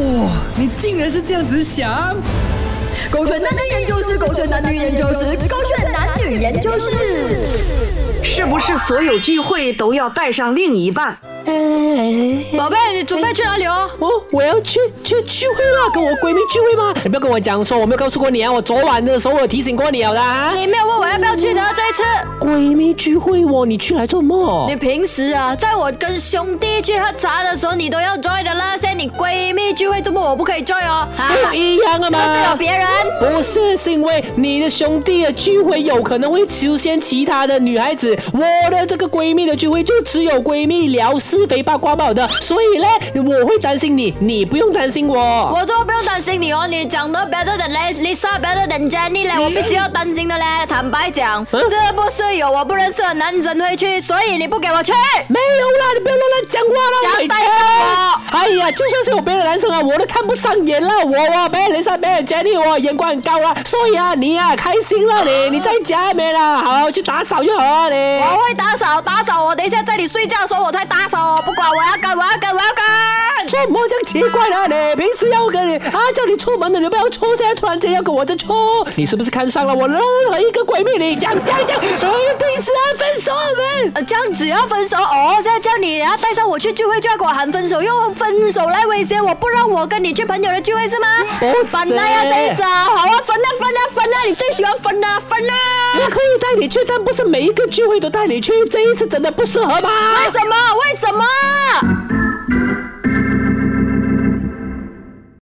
哇，你竟然是这样子想！ 狗选男女研究室，狗选男女研究室，狗选男女研究室。 是不是所有聚会都要带上另一半？ 宝贝，你准备去哪里哦？ 我要去聚会了，跟我闺蜜聚会吗？你不要跟我讲说我没有告诉过你啊，我昨晚的时候我提醒过你了的啊。 你没有问我要不要去的这一次。 闺蜜聚会哦，你去来做么？ 你平时啊，在我跟兄弟去喝茶的时候，你都要 join 的啦。现在你闺蜜聚会，怎么我不可以 join 哦？ 不一样啊嘛。 是不是有别人？ 不是，是因为你的兄弟的聚会有可能会出现其他的女孩子，我的这个闺蜜的聚会就只有闺蜜聊是非八卦报的，所以呢，我会担心你，你不用担心我。 我就不用担心你哦，你讲的 better than Lisa better than Jenny 嘞，我必须要担心的嘞。坦白讲，是不是有我不认识的男生会去，所以你不给我去？ 没有啦，你不要乱讲话啦！ 讲带上我。 哎呀，就算是有别的男生啊，我都看不上眼了。我没有Lisa，没有Jenny，我眼光很高啊。所以啊，你啊开心了你在家没啦，好去打扫就好了你。 我会打扫，我等一下在你睡觉的时候我才打扫，不管我要干。 怎么这样奇怪了你？平时要跟你叫你出门的，你不要出，现在突然间要跟我这出，你是不是看上了我任何一个闺蜜？你这样，对是啊，分手们。 这样子要分手哦？现在叫你要带上我去聚会，就要给我喊分手，用分手来威胁我，不让我跟你去朋友的聚会是吗？分了呀这一招，好啊，分了，你最喜欢分了。 我可以带你去，但不是每一个聚会都带你去，这一次真的不适合吗？ 为什么？